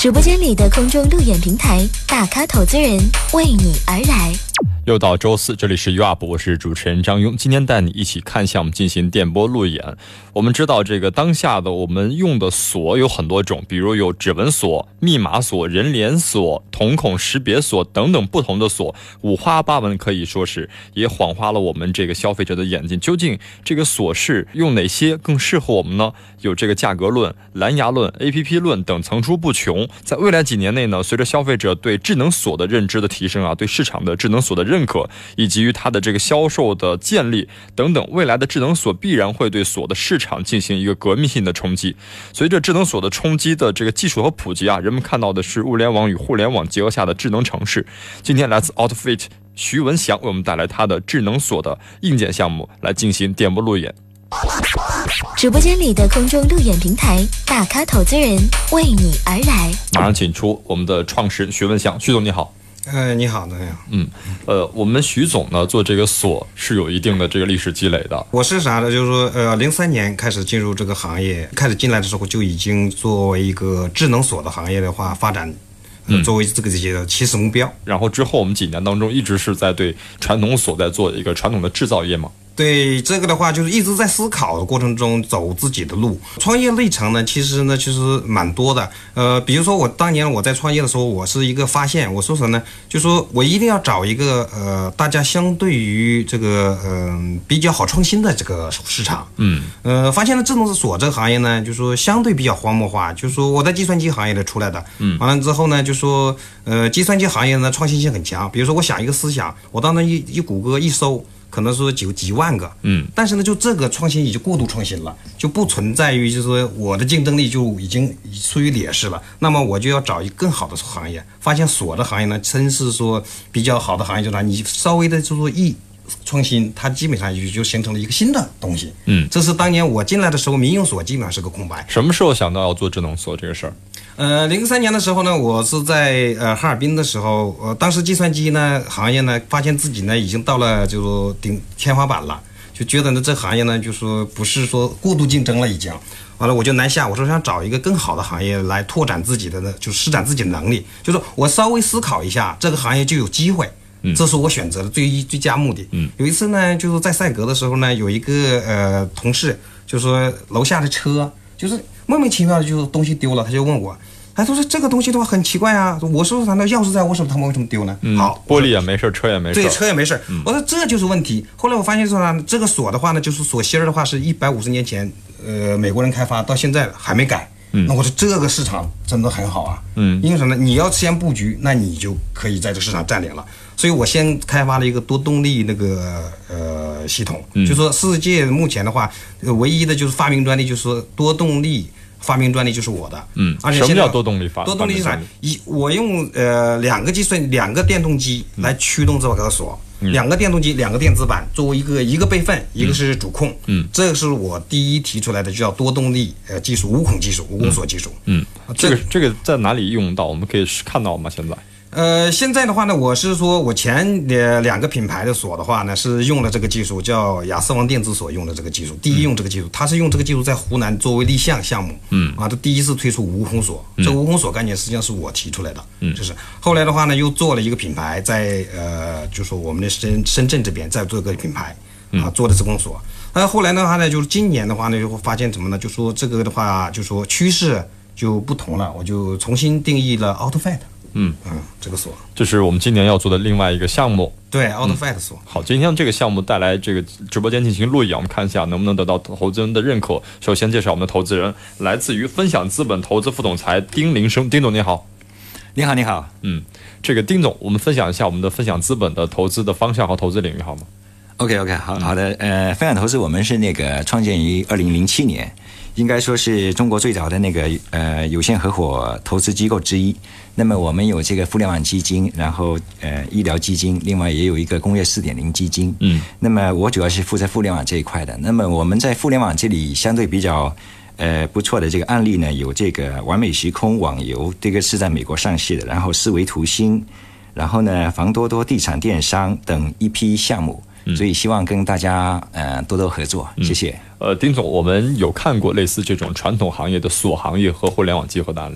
直播间里的空中路演平台，大咖投资人为你而来。 又到周四，这里是 UP， 我是主持人张庸，今天带你一起看项目进行电波路演。我们知道这个当下的我们用的锁有很多种，比如有指纹锁、密码锁、人脸锁、瞳孔识别锁等等不同的锁，五花八门，可以说是也晃花了我们这个消费者的眼睛。究竟这个锁是用哪些更适合我们呢？有这个价格论、蓝牙论、APP 论等层出不穷。在未来几年内呢，随着消费者对智能锁的认知的提升啊，对市场的智能锁的认可，以及于它的这个销售的建立等等，未来的智能锁必然会对锁的市场进行一个革命性的冲击。随着智能锁的冲击的这个技术和普及啊，人们看到的是物联网与互联网结合下的智能城市。今天来自 Outfit 徐文祥为我们带来他的智能锁的硬件项目来进行电波路演。 直播间里的空中路演平台，大咖投资人为你而来。 马上请出我们的创始人徐文祥，徐总你好。 你好，你好。 我们徐总呢做这个锁是有一定的这个历史积累的。 我是啥呢？就是说，03年开始进入这个行业，开始进来的时候就已经作为一个智能锁的行业的话发展，作为这个起始目标。 然后之后我们几年当中一直是在对传统锁在做一个传统的制造业嘛。 对这个的话，就是一直在思考的过程中走自己的路。创业历程呢，其实蛮多的。比如说我当年我在创业的时候，我是一个发现，我说什么呢？就说我一定要找一个大家相对于这个比较好创新的这个市场。发现了智能锁这个行业呢，就说相对比较荒漠化。就说我在计算机行业里出来的，完了之后呢，就说计算机行业呢创新性很强。比如说我想一个思想，我当时一谷歌一搜。可能说几万个，但是呢，就这个创新已经过度创新了，就不存在于就是说我的竞争力就已经处于劣势了。那么我就要找一个更好的行业，发现锁的行业呢，真是说比较好的行业，就是你稍微的就说创新，它基本上就形成了一个新的东西。这是当年我进来的时候，民用锁基本上是个空白。 什么时候想到要做智能锁这个事儿 ？03年的时候呢，我是在哈尔滨的时候，当时计算机呢行业呢，发现自己呢已经到了就是天花板了，就觉得呢这行业呢就说不是说过度竞争了已经。完了我就南下，我说想找一个更好的行业来拓展自己的就施展自己的能力，就是我稍微思考一下这个行业就有机会。这是我选择的最佳目的。有一次呢，就是在赛格的时候呢，有一个同事就说楼下的车就是莫名其妙的就是东西丢了，他就问我，他说这个东西的话很奇怪啊，我说那钥匙在我手，他们为什么丢呢？好， 玻璃也没事，车也没事， 对，车也没事。我说这就是问题。后来我发现说呢，这个锁的话呢，就是锁芯儿的话是150年前美国人开发，到现在还没改。那我说这个市场真的很好啊，因为什么呢？你要先布局，那你就可以在这个市场占领了。所以我先开发了一个多动力那个系统，就说世界目前的话，唯一的就是发明专利，就是说多动力发明专利就是我的。而且什么叫多动力发？ 多动力是啥？我用两个电动机来驱动这个锁。两个电动机，两个电子板作为一个备份，一个是主控。这个是我第一提出来的，就叫多动力技术，无孔技术，无孔锁技术。 这个在哪里用到？我们可以看到吗？现在？ 现在的话呢，我是说我前两个品牌的锁的话呢，是用了这个技术，叫雅思王电子锁用的这个技术，第一用这个技术，它是用这个技术在湖南作为立项项目，它第一次推出无孔锁，这个无孔锁概念实际上是我提出来的，就是后来的话呢，又做了一个品牌，在就说我们的深圳这边在做个品牌，做的自控锁，后来的话呢，就是今年的话呢，就会发现什么呢？就说这个的话，就说趋势就不同了，我就重新定义了 Outfit。这个锁， 这是我们今年要做的另外一个项目。 对 ，Outfit 锁。 好，今天这个项目带来这个直播间进行路演，我们看一下能不能得到投资人的认可。首先介绍我们的投资人，来自于分享资本投资副总裁丁林生，丁总你好。 你好，你好。 这个丁总，我们分享一下我们的分享资本的投资的方向和投资领域好吗 ？OK， 好的。分享投资我们是那个创建于2007年。应该说是中国最早的那个有限合伙投资机构之一。那么我们有这个互联网基金，然后医疗基金，另外也有一个工业4.0基金。那么我主要是负责互联网这一块的。那么我们在互联网这里相对比较不错的这个案例呢，有这个完美时空网游，这个是在美国上市的，然后思维图新，然后呢房多多地产电商等一批项目。所以希望跟大家多多合作，谢谢。 丁总，我们有看过类似这种传统行业的锁行业和互联网结合的案例吗？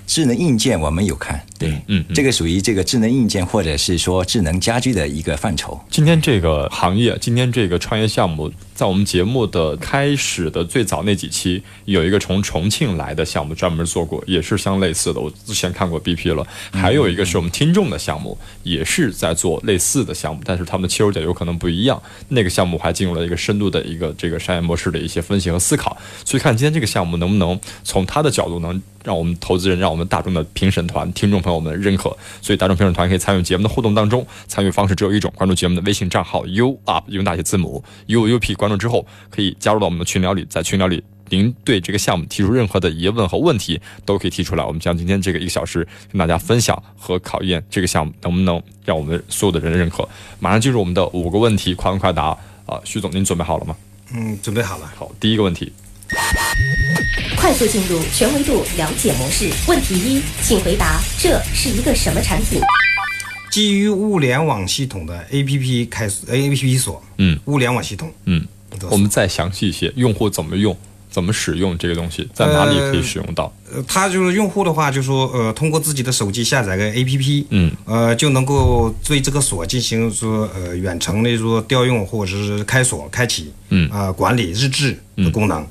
智能硬件我们有看，对，这个属于这个智能硬件或者是说智能家居的一个范畴。 今天这个行业，今天这个创业项目，在我们节目的开始的最早那几期，有一个从重庆来的项目专门做过，也是相类似的。我之前看过 BP 了，还有一个是我们听众的项目，也是在做类似的项目，但是他们的切入点有可能不一样。那个项目还进入了一个深度的一个这个商业模式的一些分析和思考。所以看今天这个项目能不能从他的角度能让我们投资人、让我们大众的评审团、听众朋友们认可。所以大众评审团可以参与节目的互动当中，参与方式只有一种，关注节目的微信账号 UUP， 用大写字母 UUP， 关注之后可以加入到我们的群聊里，在群聊里您对这个项目提出任何的疑问和问题都可以提出来，我们将今天这个1个小时跟大家分享和考验这个项目能不能让我们所有的人认可。马上进入我们的5个问题，快问快答。徐总您准备好了吗？ 准备好了。 好，第一个问题， 快速进入全维度了解模式。问题1，请回答这是一个什么产品？ 基于物联网系统的 APP 锁。物联网系统。 我们再详细一些，用户怎么用？怎么使用这个东西，在哪里可以使用到？ 它就是用户的话，就说通过自己的手机下载个 APP，就能够对这个锁进行说远程的说调用或者是开锁、开启，管理、日志的功能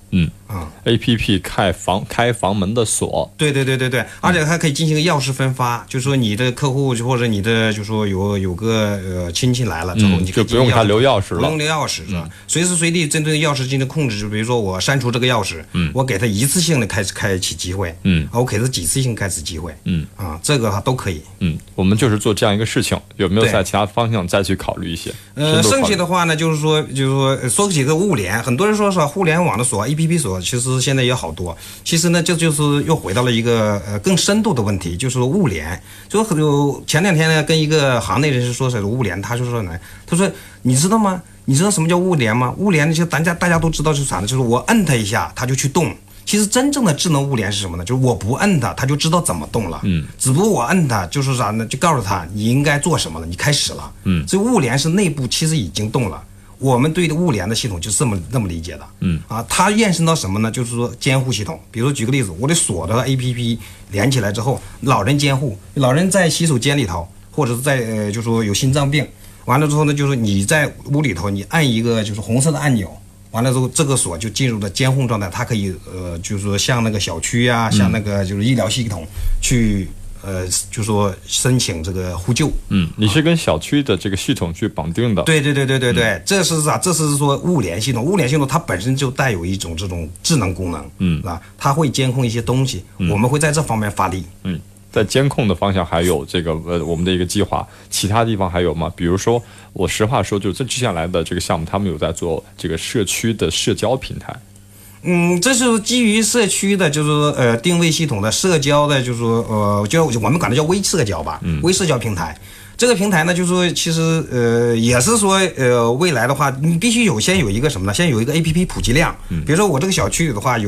，APP 开房门的锁， 对，而且还可以进行钥匙分发，就是说你的客户或者你的就说有个亲戚来了之后，你就不用给他留钥匙了， 不用留钥匙是吧？随时随地针对钥匙进行控制，就比如说我删除这个钥匙，我给他一次性的开启机会，我给他几次性开始机会，这个都可以， 我们就是做这样一个事情，有没有在其他方向再去考虑一些？ 剩下的话呢，就是说说起个物联，很多人说是互联网的锁、APP 锁，其实现在也好多。其实呢，就是又回到了一个更深度的问题，就是物联。就前2天呢，跟一个行内人士说是物联，他就说呢，他说你知道吗？你知道什么叫物联吗？物联其实大家都知道是啥呢？就是我摁它一下，它就去动。其实真正的智能物联是什么呢？就是我不摁它，它就知道怎么动了。只不过我摁它，就是啥呢？就告诉它你应该做什么了，你开始了。所以物联是内部其实已经动了。我们对物联的系统就是这么理解的。它延伸到什么呢？就是说监护系统。比如说举个例子，我的锁的 APP 连起来之后，老人监护，老人在洗手间里头，或者是在就说有心脏病，完了之后呢，就是你在屋里头，你按一个就是红色的按钮。完了之后，这个锁就进入了监控状态，它可以就是说向那个小区啊，像那个就是医疗系统去就说申请这个呼救。 你是跟小区的这个系统去绑定的。 对，这是啥？这是说物联系统。物联系统它本身就带有一种这种智能功能，是吧？它会监控一些东西，我们会在这方面发力。在监控的方向还有这个我们的一个计划，其他地方还有吗？比如说，我实话说，就这接下来的这个项目，他们有在做这个社区的社交平台。 这是基于社区的，就是说定位系统的社交的，就是说就我们管它叫微社交吧，微社交平台。这个平台呢，就是说其实也是说未来的话，你必须先有一个什么呢？先有一个 APP 普及量。比如说我这个小区里的话有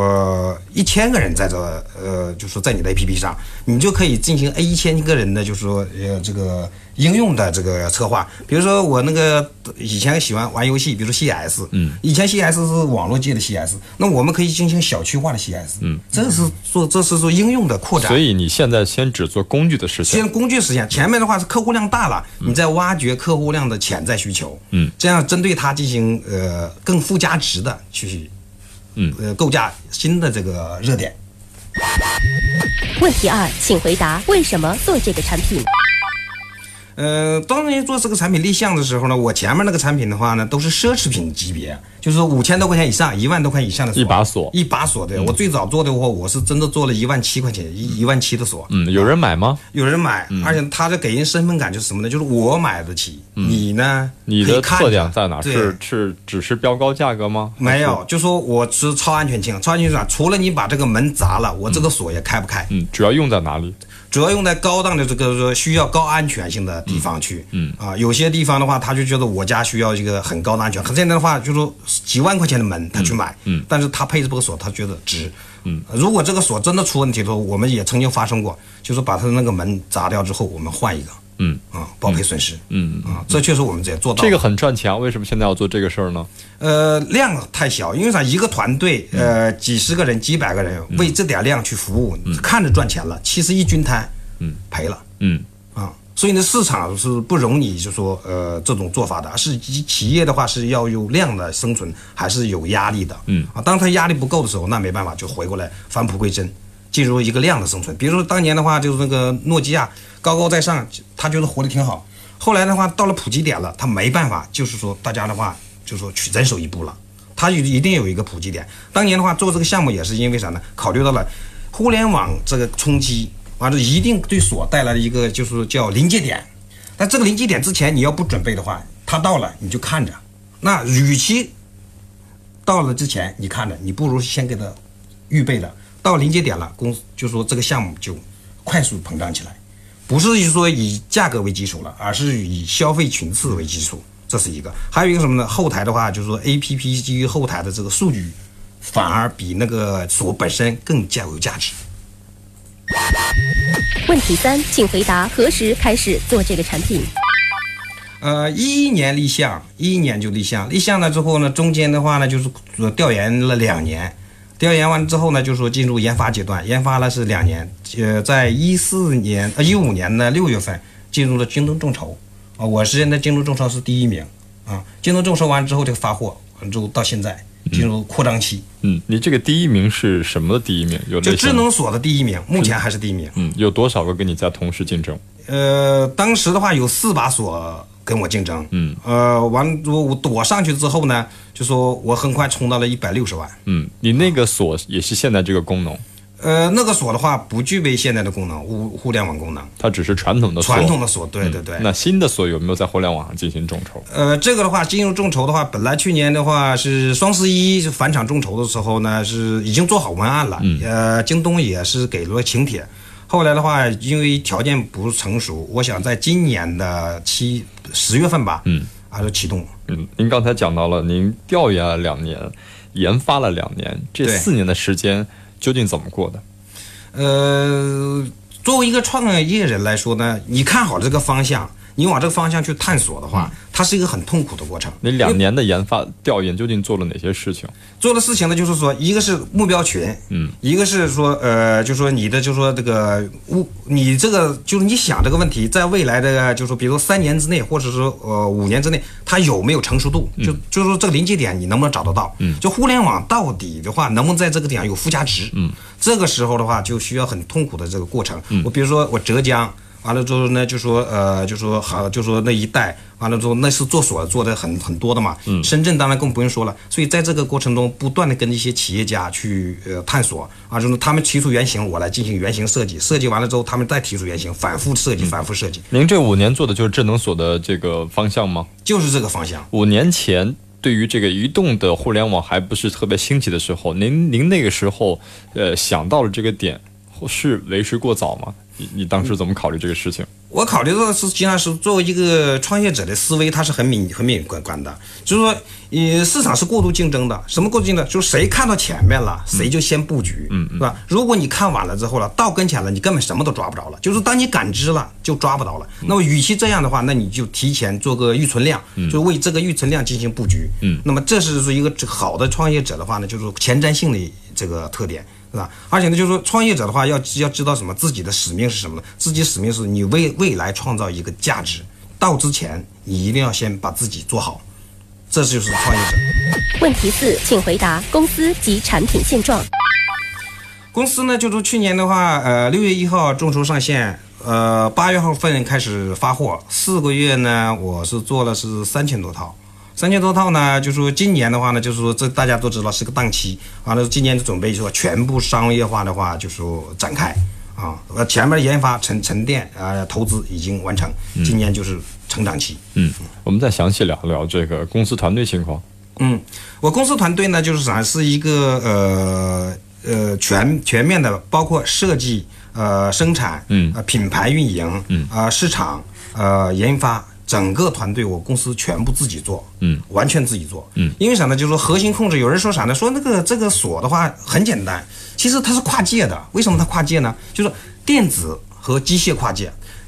1000个人在就是说在你的 APP 上，你就可以进行1000个人的，就是说这个应用的这个策划。比如说我那个以前喜欢玩游戏，比如说 CS，以前 CS 是网络界的 CS， 那我们可以进行小区化的 CS，这是说应用的扩展。 所以你现在先只做工具的实现， 先工具实现，前面的话是客户量大了，你再挖掘客户量的潜在需求，这样针对它进行更附加值的去构架新的这个热点。 问题2，请回答为什么做这个产品？ 当年做这个产品立项的时候呢，我前面那个产品的话呢，都是奢侈品级别，就是5000多块钱以上、1万多块以上的锁，一把锁的。我最早做的话，我是真的做了17000块钱，17000的锁。 有人买吗？ 有人买，而且他这给人身份感就是什么呢？就是我买得起，你呢？ 你的特点在哪？是只是标高价格吗？ 没有，就说我是超安全性，超安全性除了你把这个门砸了，我这个锁也开不开。 主要用在哪里？ 主要用在高档的这个说需要高安全性的地方去，有些地方的话，他就觉得我家需要一个很高的安全，现在的话就说几万块钱的门他去买，但是他配这个锁他觉得值，如果这个锁真的出问题的时候，我们也曾经发生过，就是把他的那个门砸掉之后，我们换一个， 包赔损失，这确实我们也做到了。 这个很赚钱，为什么现在要做这个事儿呢？ 量太小，因为啥？一个团队几十个人、几百个人为这点量去服务，看着赚钱了，其实一均摊，赔了，所以呢，市场是不容你就说这种做法的，是企业的话是要有量的生存，还是有压力的，当它压力不够的时候，那没办法，就回过来返璞归真，进入一个量的生存。比如说当年的话，就是那个诺基亚高高在上，他觉得活得挺好，后来的话到了普及点了，他没办法，就是说大家的话就是说去人手一部了，他一定有一个普及点。当年的话做这个项目也是因为啥呢？考虑到了互联网这个冲击。完了，一定对锁带来了一个就是叫临界点，但这个临界点之前你要不准备的话，它到了你就看着。那与其到了之前你看着，你不如先给它预备了。到临界点了，公司就说这个项目就快速膨胀起来，不是说以价格为基础了，而是以消费群次为基础，这是一个。还有一个什么呢？后台的话，就是说 APP 基于后台的这个数据，反而比那个锁本身更加有价值。 问题3，请回答何时开始做这个产品 ？11年立项，11年就立项。立项了之后呢，中间的话呢，就是调研了2年，调研完之后呢，就说进入研发阶段，研发了是2年。在15年的6月份进入了京东众筹我是在京东众筹是第1名京东众筹完之后就发货，之后到现在进入扩张期。 你这个第1名是什么的第1名？ 就智能锁的第1名，目前还是第1名。 有多少个跟你在同时竞争？ 当时的话有4把锁跟我竞争。完我上去之后呢，就说我很快冲到了160万。 你那个锁也是现在这个功能？ 那个锁的话不具备现在的功能，互联网功能， 它只是传统的锁。 传统的锁，对。 那新的锁有没有在互联网上进行众筹？ 这个的话，进入众筹的话，本来去年的话是双11返场众筹的时候呢，是已经做好文案了。京东也是给了请帖。后来的话，因为条件不成熟，我想在今年的10月份吧，就启动。 您刚才讲到了，您调研了2年，研发了2年，这4年的时间究竟怎么过的？ 作为一个创业人来说呢，你看好这个方向，你往这个方向去探索的话，它是一个很痛苦的过程。 你2年的研发调研究竟做了哪些事情？ 做的事情呢，就是说，一个是目标群，一个是说，就是说你的，就是说这个你这个就是你想这个问题，在未来的，就是说，比如说3年之内，或者说5年之内，它有没有成熟度？就是说这个临界点你能不能找得到？就互联网到底的话，能不能在这个点上有附加值？这个时候的话，就需要很痛苦的这个过程。我比如说我浙江。完了之后呢，就说好，就说那一带完了之后，那是做锁做的很多的嘛。深圳当然更不用说了。所以在这个过程中，不断的跟一些企业家去探索就是他们提出原型，我来进行原型设计，设计完了之后，他们再提出原型，反复设计。 您这5年做的就是智能锁的这个方向吗？ 就是这个方向。 5年前，对于这个移动的互联网还不是特别兴起的时候，您那个时候想到了这个点，是为时过早吗？你当时怎么考虑这个事情？ 我考虑到的是，实际上是作为一个创业者的思维，它是很敏感的。就是说，市场是过度竞争的。什么过度竞争？就是谁看到前面了，谁就先布局，是吧？如果你看晚了之后了，到跟前了，你根本什么都抓不着了。就是当你感知了，就抓不着了。那么，与其这样的话，那你就提前做个预存量，就为这个预存量进行布局。那么，这是一个好的创业者的话呢，就是前瞻性的这个特点。是吧？而且呢，就是说，创业者的话要知道什么，自己的使命是什么呢？自己使命是你为未来创造一个价值，到之前你一定要先把自己做好，这就是创业者。 问题4，请回答公司及产品现状。 公司呢，就是去年的话，6月1号众筹上线，8月份开始发货，4个月呢，我是做了是3000多套。3000多套呢，就是说今年的话呢，就是说这大家都知道是个档期，完了今年准备说全部商业化的话，就是说展开前面研发沉淀投资已经完成，今年就是成长期。 我们再详细聊聊这个公司团队情况。 我公司团队呢，就是啥是一个全面的，包括设计、生产、品牌运营、市场、研发。整个团队我公司全部自己做，完全自己做，因为啥呢？就是说核心控制。有人说啥呢？说这个锁的话很简单，其实它是跨界的。为什么它跨界呢？就是电子和机械跨界。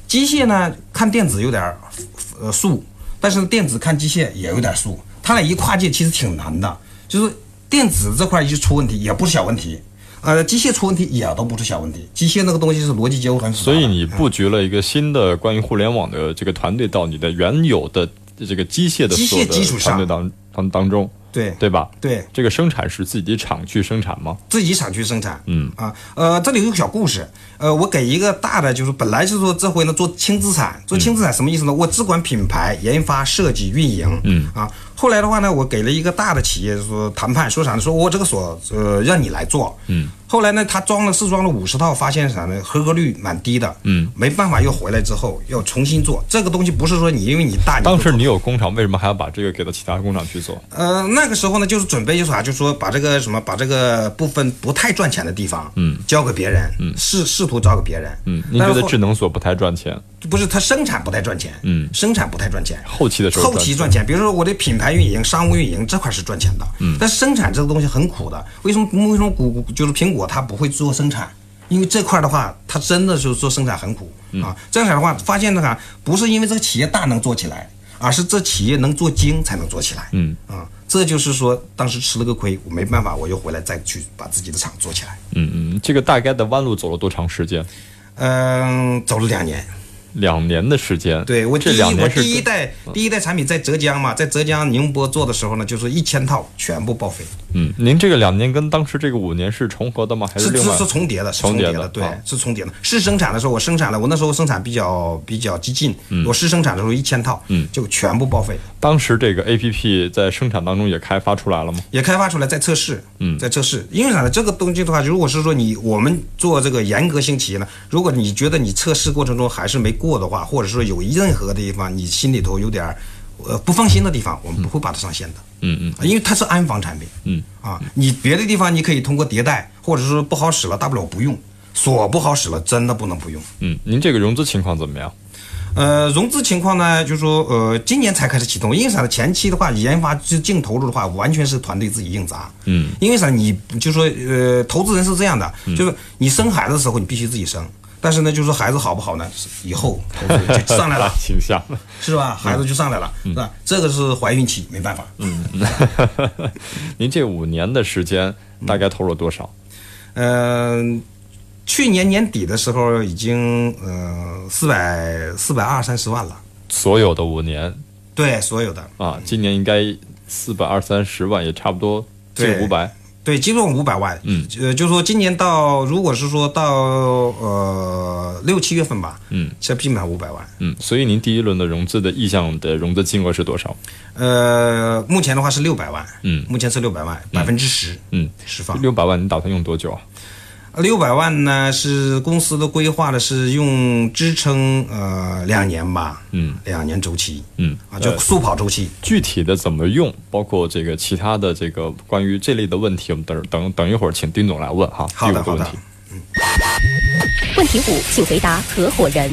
机械呢看电子有点速，但是电子看机械也有点速，它俩一跨界其实挺难的。就是电子这块一出问题也不是小问题，机械出问题也都不是小问题。机械那个东西是逻辑结构很复杂的。 所以你布局了一个新的关于互联网的这个团队到你的原有的这个机械的所有的团队当中。对吧？ 对， 这个生产是自己厂去生产吗？ 自己厂去生产。这里有个小故事。我给一个大的，就是本来是说这回呢做轻资产，做轻资产什么意思呢？我只管品牌研发、设计、运营。后来的话呢，我给了一个大的企业说谈判，说啥呢？说我这个所让你来做。后来呢，他试装了50套，发现啥呢？合格率蛮低的。没办法，又回来之后要重新做这个东西，不是说你因为你大。 当时你有工厂，为什么还要把这个给到其他工厂去做？ 那个时候呢，就是准备就是啥，就是说把这个部分不太赚钱的地方，交给别人，试图交给别人。 您觉得智能所不太赚钱？ 不是，它生产不太赚钱。生产不太赚钱。 后期的时候， 后期赚钱。比如说我的品牌运营、商务运营这块是赚钱的。但是生产这个东西很苦的。为什么就是苹果它不会做生产？因为这块的话，它真的是做生产很苦啊。这样的话，发现的话，不是因为这个企业大能做起来，而是这企业能做精才能做起来。这就是说当时吃了个亏，我没办法，我又回来再去把自己的厂做起来。 这个大概的弯路走了多长时间？ 走了2年。 2年的时间。 对，我这2年是第一代产品在浙江嘛，在浙江宁波做的时候呢，就是1000套全部报废。 您这个2年跟当时这个5年是重合的吗？还是另外？ 是重叠的，对，是重叠的。试生产的时候，我那时候生产比较激进，我试生产的时候1000套，就全部报废。 当时这个 APP 在生产当中也开发出来了吗？ 也开发出来，在测试，在测试。因为啥呢？这个东西的话，如果是说我们做这个严格性企业呢，如果你觉得你测试过程中还是没过的话，或者说有任何的地方你心里头有点不放心的地方，我们不会把它上线的。因为它是安防产品。你别的地方你可以通过迭代，或者说不好使了，大不了不用。锁不好使了，真的不能不用。 您这个融资情况怎么样？ 融资情况呢，就是说今年才开始启动。因为啥呢？前期的话，研发净投入的话，完全是团队自己硬砸。因为啥？你就说投资人是这样的，就是你生孩子的时候你必须自己生。但是呢，就是说孩子好不好呢？以后投资就上来了， 倾向是吧？孩子就上来了，是吧？这个是怀孕期，没办法。 您这5年的时间大概投入了多少？ 去年年底的时候已经420-430万了。所有的5年？ 对，所有的啊，今年应该420-430万，也差不多近500。 对，基本500万。就是说今年如果是说到6-7月份吧，这基本上500万。 所以您第一轮的融资的意向的融资金额是多少？ 目前的话是600万。目前是600万，10%。释放 600万，你打算用多久啊 ？600万呢，是公司的规划的是用支撑2年吧，2年周期，就速跑周期。 具体的怎么用，包括这个其他的这个关于这类的问题，我们等一会儿请丁总来问哈。 好的， 第5个问题。 问题5，请回答合伙人。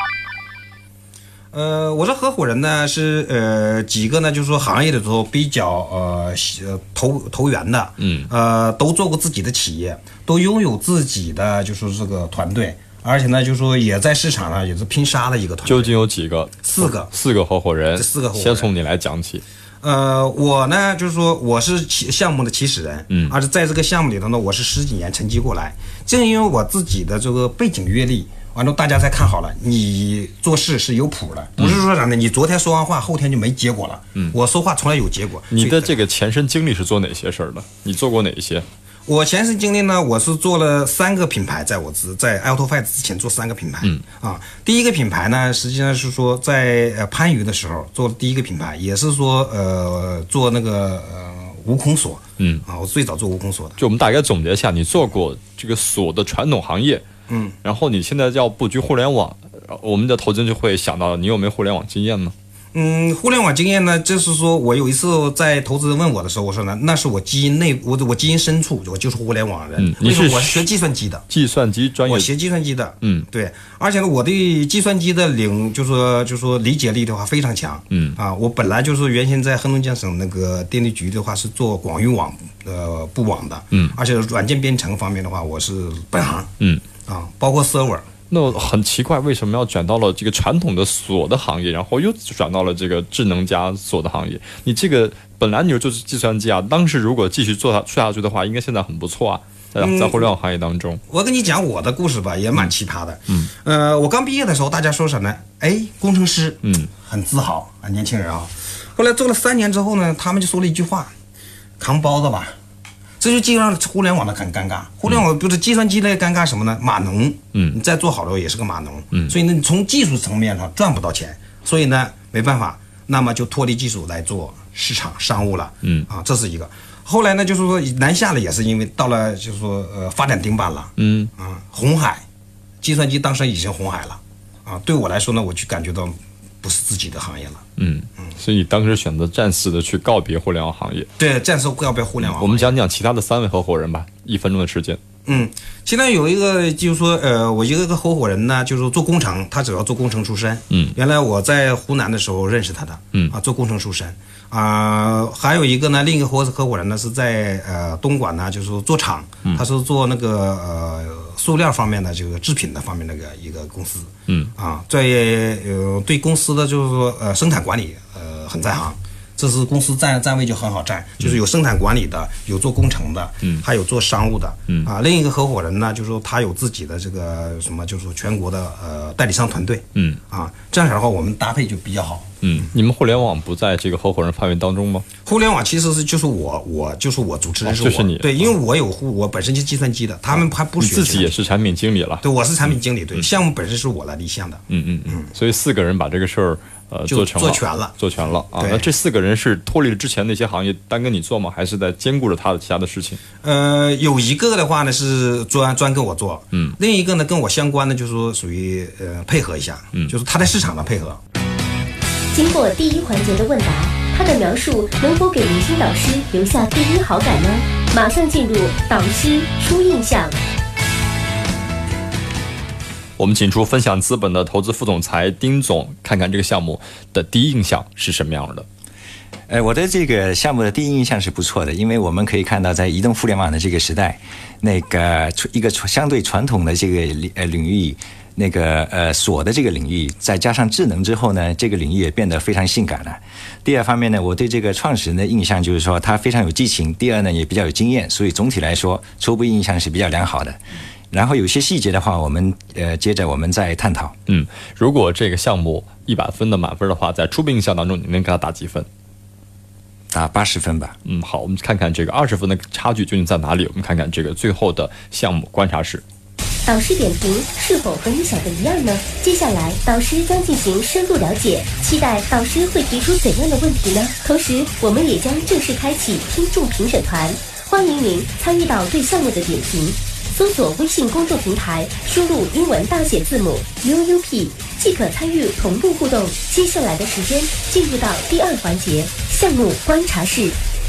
我这合伙人呢是几个呢，就是说行业的时候比较投缘的，都做过自己的企业，都拥有自己的就是这个团队，而且呢就是说也在市场上也是拼杀的一个团队。 究竟有几个 ？4个。 4个合伙人。 这4个合伙人。 先从你来讲起。 我呢就是说我是项目的起始人，而且在这个项目里头呢，我是10几年沉积过来，正因为我自己的这个背景阅历。完了，大家才看好了，你做事是有谱的，不是说啥呢？你昨天说完话，后天就没结果了。我说话从来有结果。 你的这个前身经历是做哪些事儿的？你做过哪些？ 我前身经历呢，我是做了3个品牌，在AutoFight之前做3个品牌。第一个品牌呢，实际上是说在番禺的时候做的第一个品牌，也是说做那个无孔锁。我最早做无孔锁的。 就我们大概总结一下，你做过这个锁的传统行业。然后你现在要布局互联网，我们的投资人就会想到你有没有互联网经验呢？ 互联网经验呢，就是说我有一次在投资人问我的时候，我说呢，那是我基因我基因深处，我就是互联网人。 我是学计算机的， 计算机专业， 我学计算机的。对，而且呢，我对计算机的就是说理解力的话非常强。我本来就是原先在黑龙江省那个电力局的话是做广域网布网的。而且软件编程方面的话，我是本行。包括 server 那很奇怪，为什么要转到了这个传统的锁的行业，然后又转到了这个智能加锁的行业？你这个本来你就做计算机啊，当时如果继续做下去的话，应该现在很不错啊，在互联网行业当中。 我跟你讲我的故事吧，也蛮奇葩的。我刚毕业的时候，大家说什么呢？哎，工程师，很自豪啊，年轻人啊。后来做了3年之后呢，他们就说了一句话：扛包子吧。这就基本上互联网的很尴尬，互联网不是计算机类尴尬什么呢？码农，你再做好了也是个码农，所以呢，你从技术层面上赚不到钱，所以呢没办法，那么就脱离技术来做市场商务了，这是一个。后来呢，就是说南下了，也是因为到了就是说发展顶板了，红海，计算机当时已经红海了，对我来说呢，我就感觉到不是自己的行业了。 所以当时选择暂时的去告别互联网行业。 对，暂时告别互联网行业。 我们讲讲其他的3位合伙人吧，1分钟的时间。 现在有一个就是说，我一个合伙人呢，就是说做工程，他主要做工程出身。原来我在湖南的时候认识他的。做工程出身。还有一个呢，另一个合伙人呢是在东莞呢，就是说做厂，他是做那个塑料方面的这个制品的方面那个一个公司。对公司的就是说生产管理很在行。这是公司站位就很好站，就是有生产管理的，有做工程的，还有做商务的，另一个合伙人呢，就是说他有自己的这个什么，就是说全国的代理商团队，这样的话我们搭配就比较好。 你们互联网不在这个合伙人范围当中吗？ 互联网其实是就是我主持人是我， 就是你， 对，因为我本身就是计算机的，他们还不学， 你自己也是产品经理了， 对，我是产品经理，对，项目本身是我来立项的， 所以4个人把这个事儿。做全了啊！那这4个人是脱离了之前那些行业单跟你做吗？还是在兼顾着他的其他的事情？ 有一个的话呢是专跟我做，另一个呢跟我相关的就是说属于配合一下，就是他在市场的配合。 经过第1环节的问答，他的描述能否给明星导师留下第1好感呢？马上进入导师初印象。 我们请出分享资本的投资副总裁丁总，看看这个项目的第一印象是什么样的。 我的这个项目的第一印象是不错的，因为我们可以看到，在移动互联网的这个时代，那个一个相对传统的这个领域，那个锁的这个领域，再加上智能之后呢，这个领域也变得非常性感了。第二方面呢，我对这个创始人的印象就是说他非常有激情，第二呢也比较有经验，所以总体来说初步印象是比较良好的。然后有些细节的话，我们接着我们再探讨。 如果这个项目100分的满分的话，在初步印象当中，你能给他打几分？ 打80分吧。 好，我们看看这个20分的差距究竟在哪里？我们看看这个最后的项目观察室。 导师点评是否和你想的一样呢？接下来导师将进行深入了解，期待导师会提出怎样的问题呢？同时，我们也将正式开启听众评审团，欢迎您参与到对项目的点评。搜索微信公众平台，输入英文大写字母 UUP 即可参与同步互动。接下来的时间进入到第2环节，项目观察室。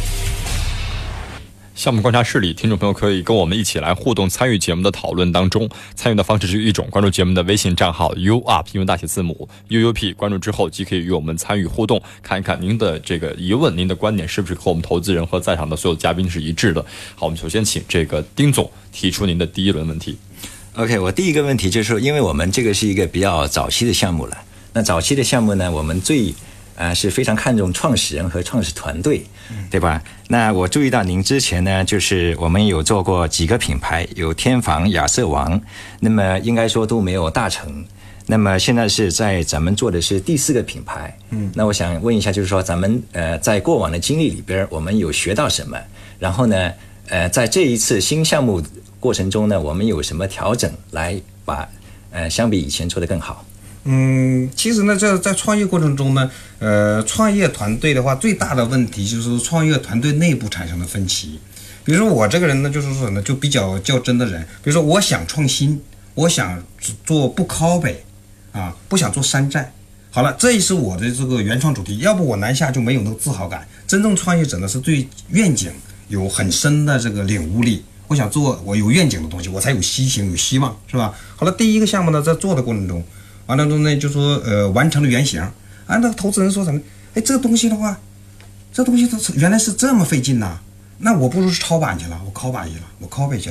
项目观察室里，听众朋友可以跟我们一起来互动参与节目的讨论当中。参与的方式是一种，关注节目的微信账号 UUP 英文大写字母 UUP， 关注之后即可以与我们参与互动，看一看您的这个疑问，您的观点是不是和我们投资人和在场的所有嘉宾是一致的。好，我们首先请这个丁总提出您的第1轮问题。 OK， 我第一个问题就是说，因为我们这个是一个比较早期的项目了，那早期的项目呢，我们是非常看重创始人和创始团队，对吧？那我注意到您之前呢，就是我们有做过几个品牌，有天房、亚瑟王，那么应该说都没有大成。那么现在是在咱们做的是第4个品牌，那我想问一下，就是说咱们在过往的经历里边，我们有学到什么？然后呢，在这一次新项目过程中呢，我们有什么调整来把相比以前做得更好？ 其实呢，在创业过程中呢，创业团队的话，最大的问题就是创业团队内部产生的分歧。比如说我这个人呢，就是说呢，就比较较真的人。比如说我想创新，我想做不 copy 不想做山寨。好了，这也是我的这个原创主题。要不我南下就没有那个自豪感。真正创业者呢，是对愿景有很深的这个领悟力。我想做我有愿景的东西，我才有希望，有希望，是吧？好了，第一个项目呢，在做的过程中。完了之后呢，就说完成了原型。那个投资人说什么？哎，这个东西的话，原来是这么费劲呐，那我不如抄版去了，我拷版去了，我 copy 去了。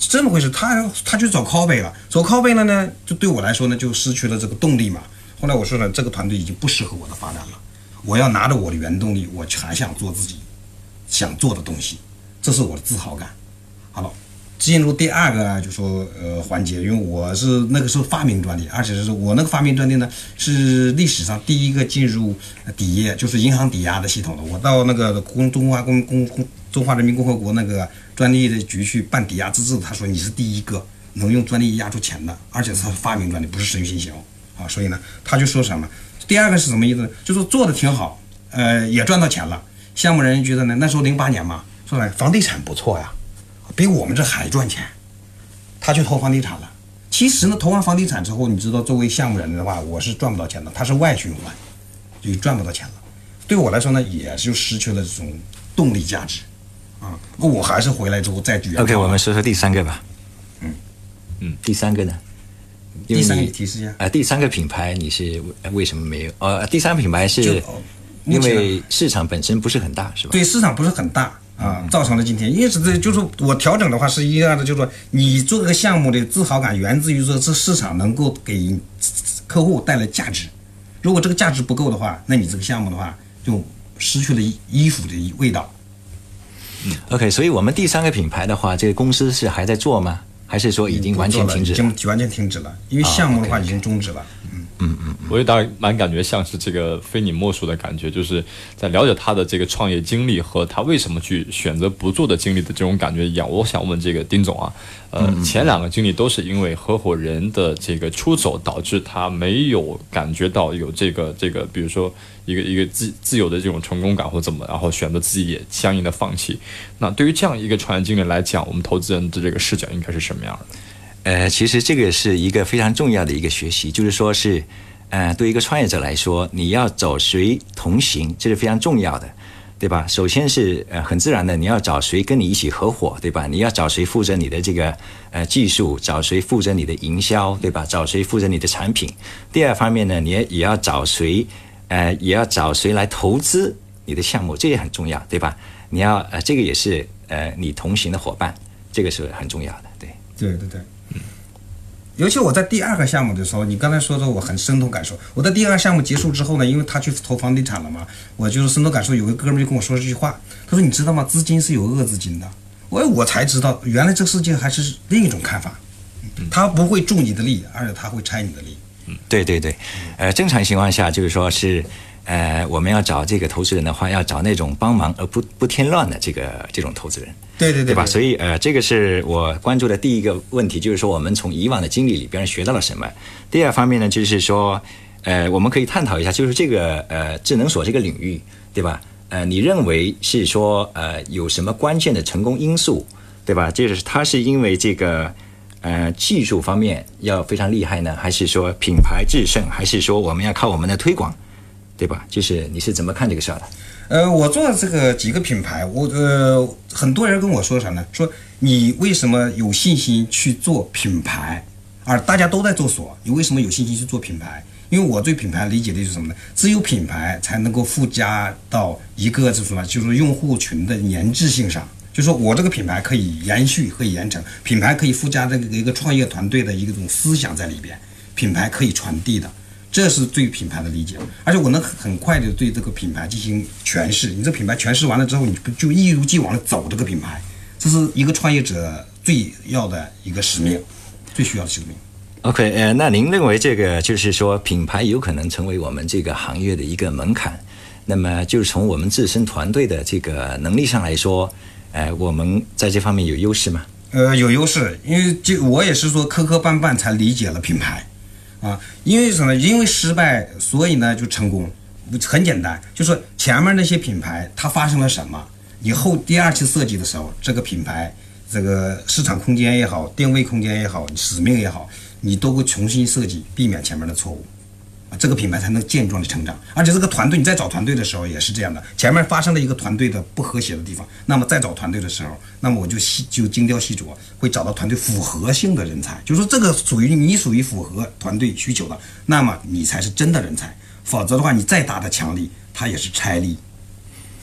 这么回事，他就找 copy 了，找 copy 了呢，就对我来说呢，就失去了这个动力嘛。后来我说呢，这个团队已经不适合我的发展了，我要拿着我的原动力，我还想做自己想做的东西，这是我的自豪感。好了，进入第二个就说环节，因为我是那个时候发明专利，而且是我那个发明专利呢是历史上第一个进入抵押，就是银行抵押的系统的。我到那个中华人民共和国那个专利的局去办抵押资质，他说你是第一个能用专利押出钱的，而且是发明专利，不是神预信息啊。所以呢，他就说什么？第二个是什么意思呢？就说做的挺好，也赚到钱了。项目人觉得呢，那时候08年嘛，说呢房地产不错呀，比我们这还赚钱，他去投房地产了。其实呢，投完房地产之后，你知道作为项目人的话，我是赚不到钱的，他是外循环，就赚不到钱了。对我来说呢，也就失去了这种动力价值啊。我还是回来之后再举。 OK， 我们说说第三个吧。第三个呢？ 第三个你提示一下。 第三个品牌你是为什么没有？第三个品牌是因为市场本身不是很大，是吧？ 对，市场不是很大啊，造成了今天。因此，就是我调整的话是一样的，就是说你做这个项目的自豪感源自于说这市场能够给客户带来价值。如果这个价值不够的话，那你这个项目的话就失去了衣服的味道。 OK， 所以我们第三个品牌的话，这个公司是还在做吗？还是说已经完全停止了？ 已经完全停止了，因为项目的话已经终止了。 我也蛮感觉像是这个非你莫属的感觉，就是在了解他的这个创业经历和他为什么去选择不做的经历的这种感觉一样。我想问这个丁总啊，前两个经历都是因为合伙人的这个出走导致他没有感觉到有这个，比如说一个自由的这种成功感或怎么，然后选择自己也相应的放弃。那对于这样一个创业经历来讲，我们投资人的这个视角应该是什么样的？ 其实这个是一个非常重要的一个学习，就是说是，对一个创业者来说，你要找谁同行，这是非常重要的，对吧？首先是很自然的，你要找谁跟你一起合伙，对吧？你要找谁负责你的这个技术，找谁负责你的营销，对吧？找谁负责你的产品。第二方面呢，你也要找谁，也要找谁来投资你的项目，这也很重要，对吧？你要这个也是你同行的伙伴，这个是很重要的，对。 尤其我在第二个项目的时候，你刚才说的我很深同感受。我在第二个项目结束之后呢，因为他去投房地产了嘛，我就是深同感受。有个哥们就跟我说这句话，他说：“你知道吗？资金是有恶资金的。”我才知道，原来这个世界还是另一种看法。他不会助你的力，而且他会拆你的力。 对，正常情况下就是说是，我们要找这个投资人的话，要找那种帮忙而不添乱的这种投资人。对吧？所以这个是我关注的第一个问题，就是说我们从以往的经历里边学到了什么。第二方面呢，就是说我们可以探讨一下，就是这个智能锁这个领域，对吧？你认为是说有什么关键的成功因素，对吧？就是它是因为这个技术方面要非常厉害呢，还是说品牌制胜，还是说我们要靠我们的推广，对吧？就是你是怎么看这个事儿的？ 我做这个几个品牌，很多人跟我说啥呢？说你为什么有信心去做品牌？而大家都在做锁，你为什么有信心去做品牌？因为我对品牌理解的是什么呢？只有品牌才能够附加到一个就是用户群的粘滞性上。就是说我这个品牌可以延续，可以延承，品牌可以附加这个一个创业团队的一种思想在里边，品牌可以传递的。这是对品牌的理解，而且我能很快的对这个品牌进行诠释。你这品牌诠释完了之后，你就一如既往的走这个品牌，这是一个创业者最要的一个使命，最需要的使命。 OK， 那您认为这个就是说品牌有可能成为我们这个行业的一个门槛？那么就是从我们自身团队的这个能力上来说，我们在这方面有优势吗？ 有优势，因为我也是说磕磕绊绊才理解了品牌。因为什么？因为失败，所以呢就成功。很简单，就说前面那些品牌它发生了什么，以后第二期设计的时候，这个品牌这个市场空间也好，定位空间也好，使命也好，你都会重新设计，避免前面的错误。这个品牌才能健壮的成长。而且这个团队，你在找团队的时候也是这样的，前面发生了一个团队的不和谐的地方，那么再找团队的时候，那么我就精雕细琢，会找到团队符合性的人才，就是说这个属于符合团队需求的，那么你才是真的人才，否则的话你再大的强力它也是拆力。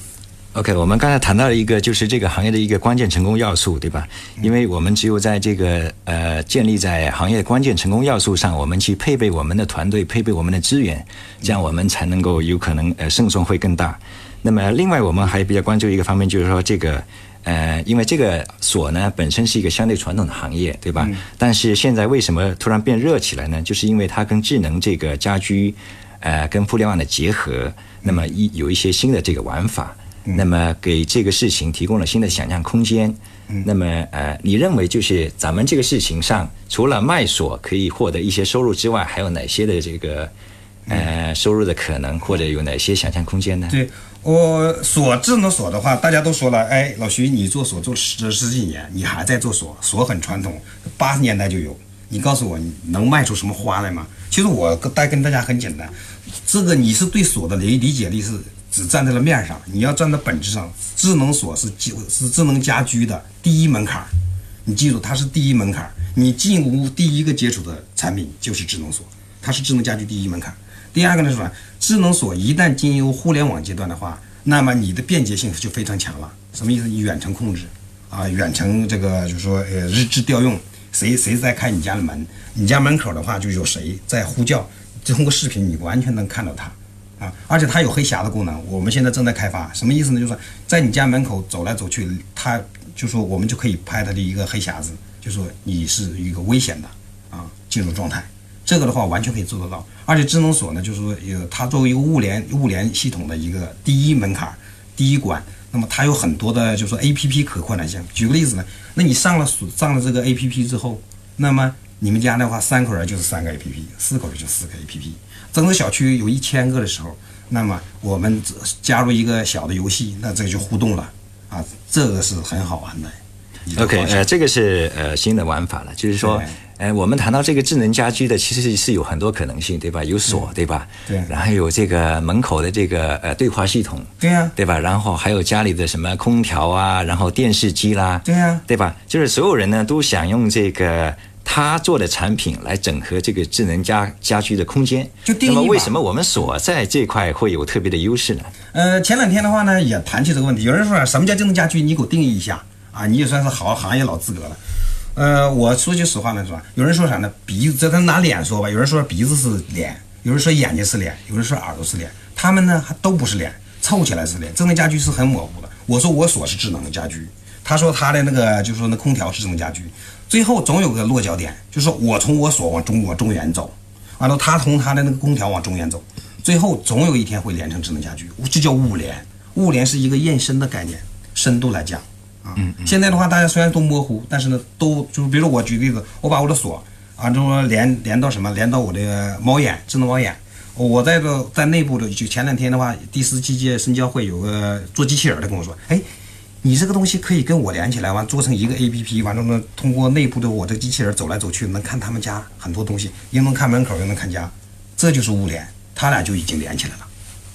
OK， 我们刚才谈到了一个，就是这个行业的一个关键成功要素，对吧？因为我们只有在这个建立在行业的关键成功要素上，我们去配备我们的团队，配备我们的资源，这样我们才能够有可能胜算会更大。那么另外我们还比较关注一个方面，就是说这个因为这个锁呢本身是一个相对传统的行业，对吧？但是现在为什么突然变热起来呢？就是因为它跟智能这个家居跟互联网的结合，那么有一些新的这个玩法。那么给这个事情提供了新的想象空间。那么你认为就是咱们这个事情上，除了卖锁可以获得一些收入之外，还有哪些的这个收入的可能，或者有哪些想象空间呢？ 对，我智能锁的话，大家都说了，哎，老徐你做锁做十几年，你还在做锁，锁很传统，80年代就有。你告诉我，你能卖出什么花来吗？其实我跟大家很简单，这个你是对锁的理解力是只站在了面上，你要站在本质上。智能锁是智能家居的第一门槛，你记住，它是第一门槛。你进屋第一个接触的产品就是智能锁，它是智能家居第一门槛。第二个呢是什么？智能锁一旦进入互联网阶段的话，那么你的便捷性就非常强了。什么意思？远程控制啊，远程这个就是说日志调用，谁在开你家的门，你家门口的话就有谁在呼叫，通过视频你完全能看到它。而且它有黑匣的功能，我们现在正在开发。什么意思呢？就是在你家门口走来走去，它就说我们就可以拍它的一个黑匣子，就说你是一个危险的进入状态。这个的话完全可以做得到。而且智能锁呢，就是说它作为一个物联系统的一个第一门槛、第一关。那么它有很多的就是说 APP 可扩展性。举个例子呢，那你上了这个 APP 之后，那么你们家的话3口人就是3个 APP，4口人就4个 APP。整个小区有1000个的时候，那么我们加入一个小的游戏，那这个就互动了这个是很好玩的。 OK， 这个是新的玩法了，就是说，我们谈到这个智能家居的，其实是有很多可能性，对吧？有锁，对吧？ 对。 然后有这个门口的这个对话系统， 对呀， 对吧？然后还有家里的什么空调啊，然后电视机啦， 对呀， 对吧？就是所有人呢都想用这个他做的产品来整合这个智能家居的空间。 就定义那么为什么我们锁在这块会有特别的优势呢？ 前2天的话呢也谈起这个问题，有人说什么叫智能家居，你给我定义一下你也算是好行业老资格了。我说句实话呢，是吧？有人说啥呢？鼻子，这他拿脸说吧，有人说鼻子是脸，有人说眼睛是脸，有人说耳朵是脸，他们呢还都不是脸，凑起来是脸。智能家居是很模糊的。我说我锁是智能的家居，他说他的那个就是说那空调是智能家居，最后总有个落脚点，就是说我从我锁往中原走，完了他从他的那个空调往中原走，最后总有一天会连成智能家居，这叫物联。物联是一个延伸的概念，深度来讲现在的话大家虽然都模糊，但是呢都就是比如我举个例子，我把我的锁就说连到什么，连到我的猫眼，智能猫眼。我在内部的，就前2天的话，第17届深交会有个做机器人的跟我说，哎，你这个东西可以跟我连起来，完做成一个 APP， 完了呢通过内部的我的机器人走来走去，能看他们家很多东西，又能看门口又能看家，这就是物联，他俩就已经连起来了。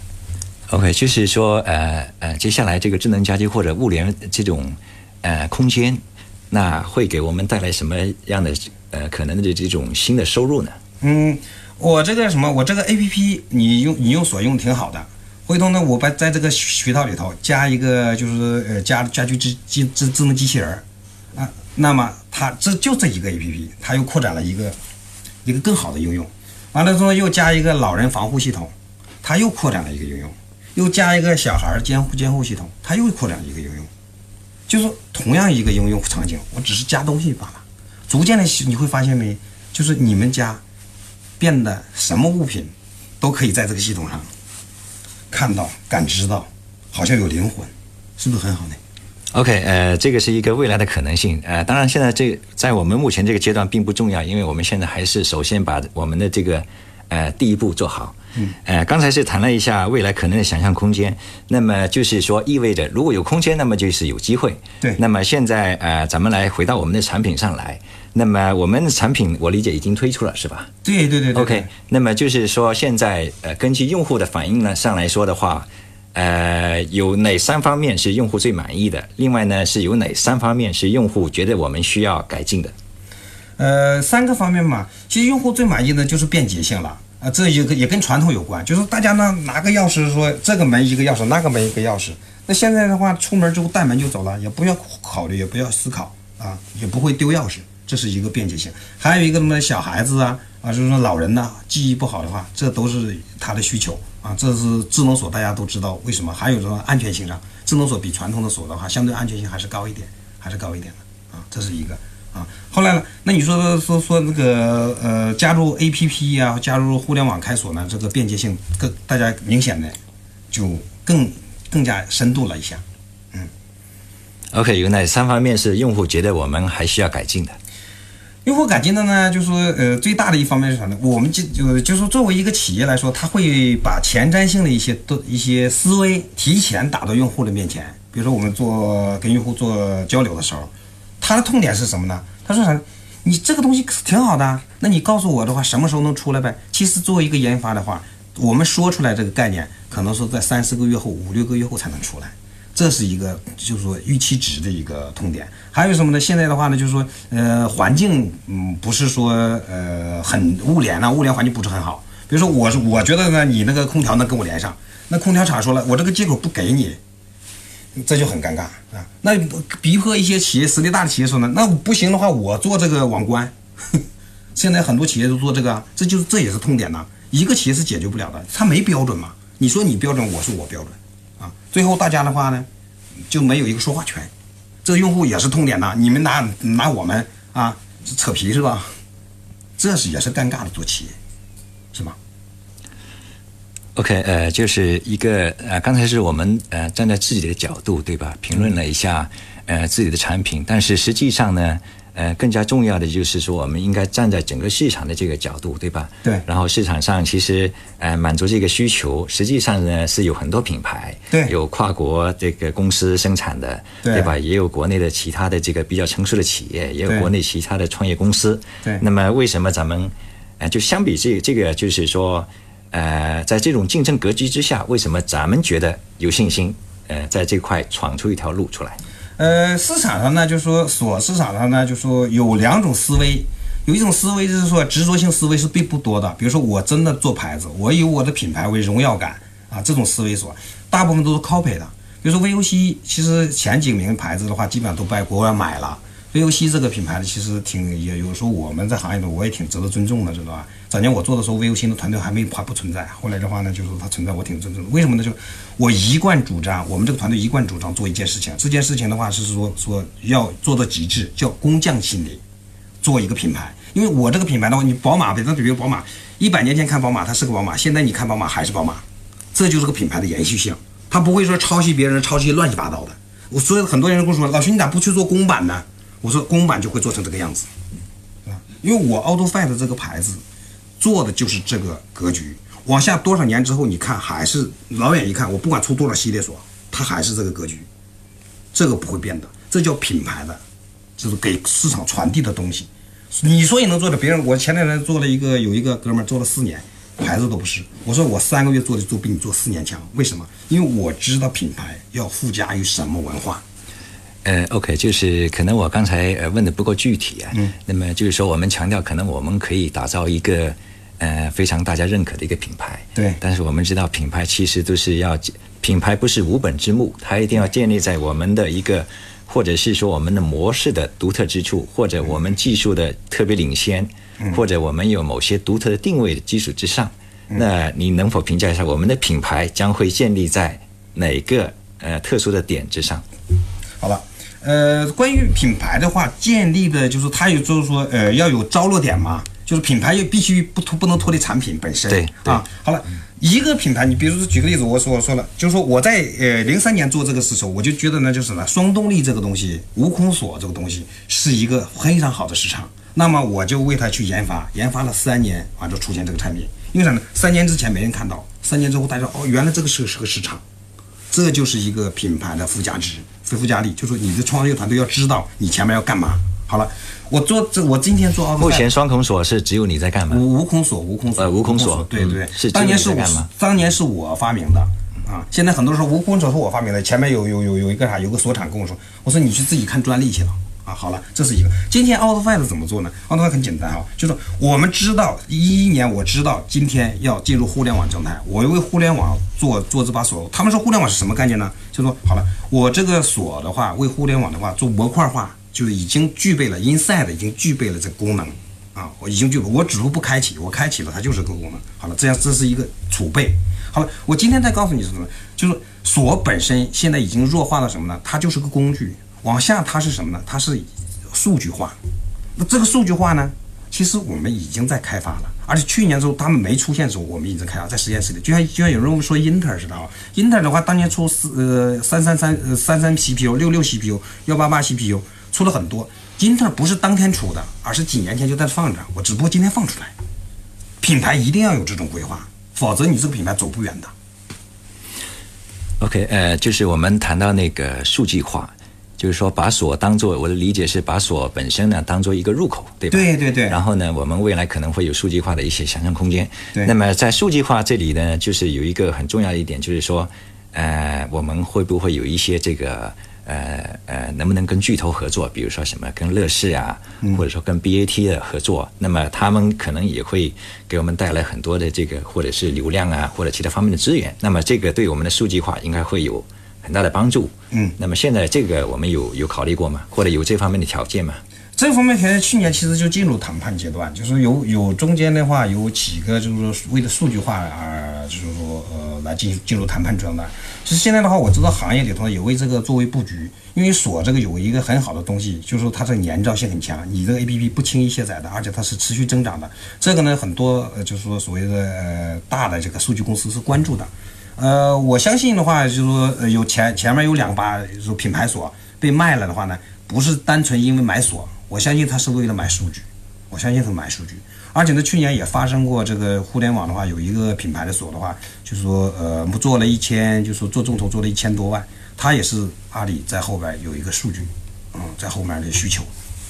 OK， 就是说接下来这个智能家居或者物联这种空间，那会给我们带来什么样的可能的这种新的收入呢？ 我这个APP 你用锁用挺好的，回头呢我在这个渠道里头加一个就是家居智能机器人那么它这一个 APP， 它又扩展了一个更好的应用，完了之后又加一个老人防护系统，它又扩展了一个应用，又加一个小孩监护系统，它又扩展了一个应用，就是同样一个应用场景，我只是加东西罢了。逐渐的你会发现没，就是你们家变得什么物品都可以在这个系统上看到感知到，好像有灵魂，是不是很好呢？ OK， 这个是一个未来的可能性。当然现在在我们目前这个阶段并不重要，因为我们现在还是首先把我们的这个第一步做好。刚才是谈了一下未来可能的想象空间，那么就是说意味着如果有空间，那么就是有机会。 对。 那么现在咱们来回到我们的产品上来，那么我们的产品我理解已经推出了，是吧？ 对。 OK， 那么就是说现在根据用户的反应呢上来说的话。有哪3方面是用户最满意的？另外呢，是有哪3方面是用户觉得我们需要改进的 ？3个方面嘛，其实用户最满意的就是便捷性了这也跟传统有关，就是大家呢拿个钥匙说这个门一个钥匙，那个门一个钥匙， 那现在的话，出门之后带门就走了，也不要考虑，也不要思考啊，也不会丢钥匙，这是一个便捷性。还有一个什么小孩子啊，就是说老人呐，记忆不好的话，这都是他的需求啊。这是智能锁，大家都知道为什么。还有这种安全性上，智能锁比传统的锁的话，相对安全性还是高一点，的啊，这是一个啊。后来呢，那你说那个加入 APP 啊，加入互联网开锁呢，这个便捷性大家明显的就更加深度了一下。 OK， 有哪3方面是用户觉得我们还需要改进的？ 用户改进的呢，就是说最大的一方面是什么呢？我们就是说作为一个企业来说，它会把前瞻性的一些思维提前打到用户的面前。比如说我们跟用户做交流的时候，他的痛点是什么呢？他说啥？你这个东西挺好的，那你告诉我的话，什么时候能出来呗？其实作为一个研发的话，我们说出来这个概念，可能是在3-4个月后、5-6个月后才能出来。这是一个就是说预期值的一个痛点。还有什么呢？现在的话呢，就是说环境不是说很物联环境不是很好。比如说我觉得呢，你那个空调能跟我连上，那空调厂说了，我这个接口不给你，这就很尴尬啊。那逼迫一些企业实力大的企业说呢，那不行的话，我做这个网关。现在很多企业都做这个啊，这也是痛点呐。一个企业是解决不了的，它没标准嘛。你说你标准，我说我标准。最后大家的话呢，就没有一个说话权，这个用户也是痛点呐。你们拿我们啊扯皮是吧？这也是尴尬的做企业，是吧 ？OK， 就是一个刚才是我们站在自己的角度对吧，评论了一下自己的产品，但是实际上呢。更加重要的就是说，我们应该站在整个市场的这个角度，对吧？ 对。 然后市场上其实满足这个需求，实际上呢是有很多品牌， 对， 有跨国这个公司生产的，对吧？也有国内的其他的这个比较成熟的企业，也有国内其他的创业公司。 对。 那么为什么咱们就相比这个就是说在这种竞争格局之下，为什么咱们觉得有信心在这块闯出一条路出来？ 市场上呢，就说锁市场上呢，就说有2种思维，有一种思维就是说执着性思维是并不多的。比如说我真的做牌子，我以我的品牌为荣耀感啊，这种思维锁大部分都是 copy 的。比如说 VOC， 其实前几名牌子的话，基本上都被国外买了。VOC 这个品牌呢，其实也有时候我们在行业里我也挺值得尊重的，知道吧？早年我做的时候 ，VOC 的团队还不存在，后来的话呢，就是它存在，我挺尊重的。为什么呢？就我一贯主张，我们这个团队一贯主张做一件事情，这件事情的话是说要做到极致，叫工匠心理，做一个品牌。因为我这个品牌的话，你宝马，比如宝马，100年前看宝马，它是个宝马，现在你看宝马还是宝马，这就是个品牌的延续性，它不会说抄袭别人，抄袭乱七八糟的。所以很多人跟我说，老徐你咋不去做公版呢？我说公版就会做成这个样子，因为我 AutoFight 这个牌子做的就是这个格局。往下多少年之后，你看还是老远一看，我不管出多少系列锁，它还是这个格局，这个不会变的。这叫品牌的，就是给市场传递的东西。你说你能做的，别人我前两天做了有一个哥们儿做了4年，牌子都不是。我说我3个月做比你做4年强，为什么？因为我知道品牌要附加于什么文化。 OK， 就是可能我刚才问的不够具体啊。那么就是说，我们强调可能我们可以打造一个非常大家认可的一个品牌。 对。 但是我们知道，品牌其实都是品牌不是无本之木，它一定要建立在我们的一个，或者是说我们的模式的独特之处，或者我们技术的特别领先，或者我们有某些独特的定位的基础之上。那你能否评价一下我们的品牌将会建立在哪个特殊的点之上？ 好了。关于品牌的话，建立的就是它有，就是说，要有着落点嘛，就是品牌也必须不能脱离产品本身。 对啊，好了，一个品牌，你比如说举个例子，我说了，就是说我在03年做这个时候，我就觉得呢，就是呢，双动力这个东西，无孔锁这个东西是一个非常好的市场。那么我就为它去研发了3年啊，就出现这个产品。因为啥呢？3年之前没人看到，3年之后大家哦，原来这个是个市场，这就是一个品牌的附加值。附加力，就是你的创业团队要知道你前面要干嘛。好了，我今天做 AutoFight， 目前双孔锁是只有你在干嘛？ 无孔锁，对对， 是当年是我发明的啊。现在很多人说无孔锁是我发明的，前面有一个有个锁厂跟我说，我说你去自己看专利去了好了，这是一个。今天 AutoFi 怎么做呢 ？AutoFi 很简单啊，就是我们知道11年，我知道今天要进入互联网生态，我为互联网做这把锁。他们说互联网是什么概念呢？就说好了，我这个锁的话，为互联网的话做模块化，就是已经具备了 Inside 已经具备了这个功能我已经具备，我只不开启，我开启了它就是个功能。好了，这是一个储备。好了，我今天再告诉你是什么？就是锁本身现在已经弱化了什么呢？它就是个工具。往下它是什么呢？它是数据化。那这个数据化呢，其实我们已经在开发了，而且去年之后他们没出现的时候，我们已经开发在实验室里。就像有人说英特尔似的英特尔的话，当年出33CPU、66 CPU、188 CPU 出了很多。英特尔不是当天出的，而是几年前就在放着，我只不过今天放出来。品牌一定要有这种规划，否则你这个品牌走不远的。 OK， 就是我们谈到那个数据化。就是说，把锁当做我的理解是把锁本身呢当做一个入口，对吧？ 对。 然后呢，我们未来可能会有数据化的一些想象空间。 对。 那么在数据化这里呢，就是有一个很重要的一点，就是说，我们会不会有一些这个能不能跟巨头合作？比如说什么跟乐视啊，或者说跟 BAT 的合作，那么他们可能也会给我们带来很多的这个或者是流量啊，或者其他方面的资源。那么这个对我们的数据化应该会有很大的帮助。那么现在这个我们有考虑过吗？或者有这方面的条件吗？ 这方面条件去年其实就进入谈判阶段，就是有中间的话有几个就是说为了数据化就是说来进入谈判阶段。其实现在的话，我知道行业里头也为这个作为布局，因为锁这个有一个很好的东西，就是说它这个粘照性很强，你这个 APP 不轻易卸载的，而且它是持续增长的。这个呢，很多就是说所谓的大的这个数据公司是关注的。我相信的话，就是说有前面有2把就是品牌锁被卖了的话呢，不是单纯因为买锁，我相信它是为了买数据，我相信它买数据。而且呢，去年也发生过这个互联网的话，有一个品牌的锁的话，就是说做了就是说做众筹做了1000多万，它也是阿里在后边有一个数据，在后面的需求。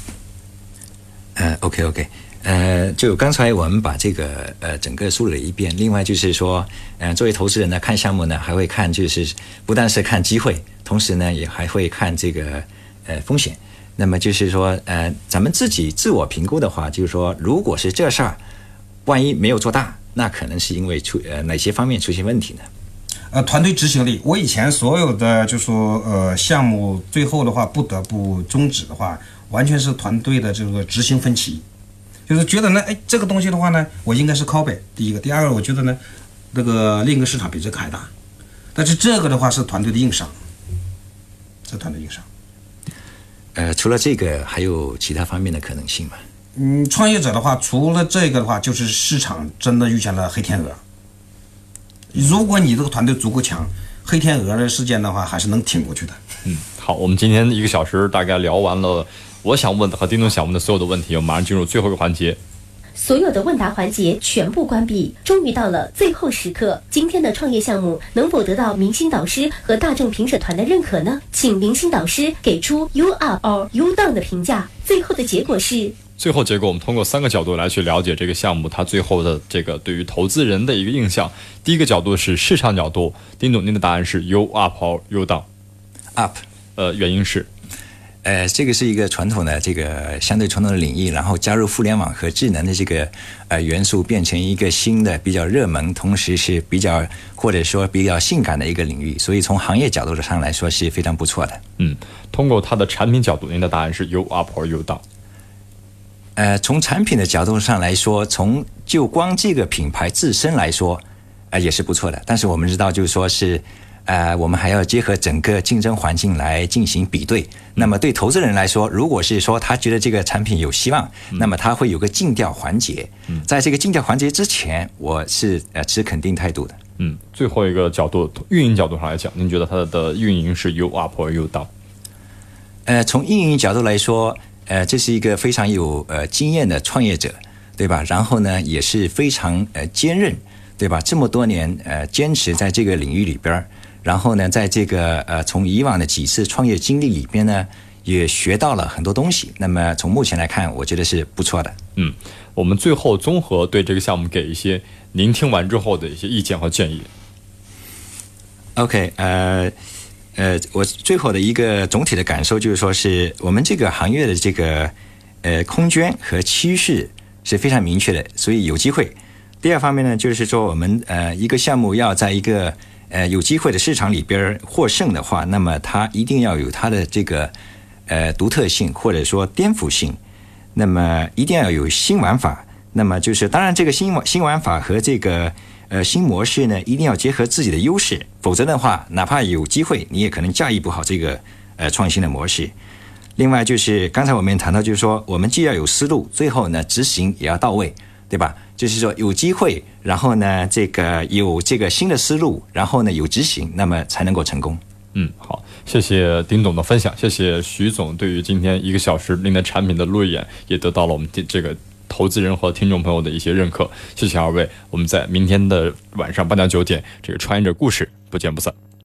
OK， 就刚才我们把这个整个梳理了一遍。另外就是说，作为投资人呢，看项目呢还会看，就是不但是看机会，同时呢也还会看这个风险。那么就是说，咱们自己自我评估的话，就是说，如果是这事儿，万一没有做大，那可能是因为哪些方面出现问题呢？ 团队执行力，我以前所有的就说项目最后的话不得不终止的话，完全是团队的这个执行分歧。就是觉得呢，这个东西的话呢，我应该是 copy 第一个，第二个，我觉得呢，那个另一个市场比这个还大，但是这个的话是团队的硬伤，是团队硬伤。 除了这个，还有其他方面的可能性吗？ 创业者的话，除了这个的话，就是市场真的遇见了黑天鹅。如果你这个团队足够强，黑天鹅的事件的话，还是能挺过去的。 好，我们今天1个小时大概聊完了我想问的和丁总想问的所有的问题，我们马上进入最后一个环节。 所有的问答环节全部关闭，终于到了最后时刻。今天的创业项目能否得到明星导师和大众评审团的认可呢？请明星导师给出 You up or you down 的评价。最后的结果是？ 最后结果，我们通过3个角度来去了解这个项目，它最后的这个对于投资人的一个印象。第一个角度是市场角度，丁总，您的答案是 You up or you down？ Up。 原因是？ 这个是一个传统的这个相对传统的领域，然后加入互联网和智能的这个元素，变成一个新的比较热门，同时是比较或者说比较性感的一个领域，所以从行业角度上来说是非常不错的。 通过它的产品角度，您的答案是 You up or you down？ 从产品的角度上来说，就光这个品牌自身来说，也是不错的。但是我们知道，就是说是。我们还要结合整个竞争环境来进行比对。那么对投资人来说，如果是说他觉得这个产品有希望，那么他会有个尽调环节。在这个尽调环节之前，我是持肯定态度的。 最后一个角度，运营角度上来讲，您觉得它的运营是 You up or you down？ 从运营角度来说，这是一个非常有经验的创业者，对吧？然后呢，也是非常坚韧，对吧？这么多年坚持在这个领域里边。然后呢，在这个从以往的几次创业经历里边呢，也学到了很多东西。那么从目前来看，我觉得是不错的。 我们最后综合对这个项目给一些您听完之后的一些意见和建议。 OK， 我最后的一个总体的感受就是说，是我们这个行业的这个空间和趋势是非常明确的，所以有机会。第二方面呢，就是说我们一个项目要在一个有机会的市场里边获胜的话，那么它一定要有它的这个独特性或者说颠覆性，那么一定要有新玩法。那么就是当然这个新玩法和这个新模式呢，一定要结合自己的优势，否则的话，哪怕有机会，你也可能驾驭不好这个创新的模式。另外就是刚才我们也谈到，就是说我们既要有思路，最后呢执行也要到位，对吧？就是说有机会，然后呢这个有这个新的思路，然后呢有执行，那么才能够成功。 好，谢谢丁总的分享，谢谢徐总对于今天1个小时您的产品的路演，也得到了我们这个投资人和听众朋友的一些认可，谢谢二位，我们在明天的晚上8点9点，这个创业者故事不见不散。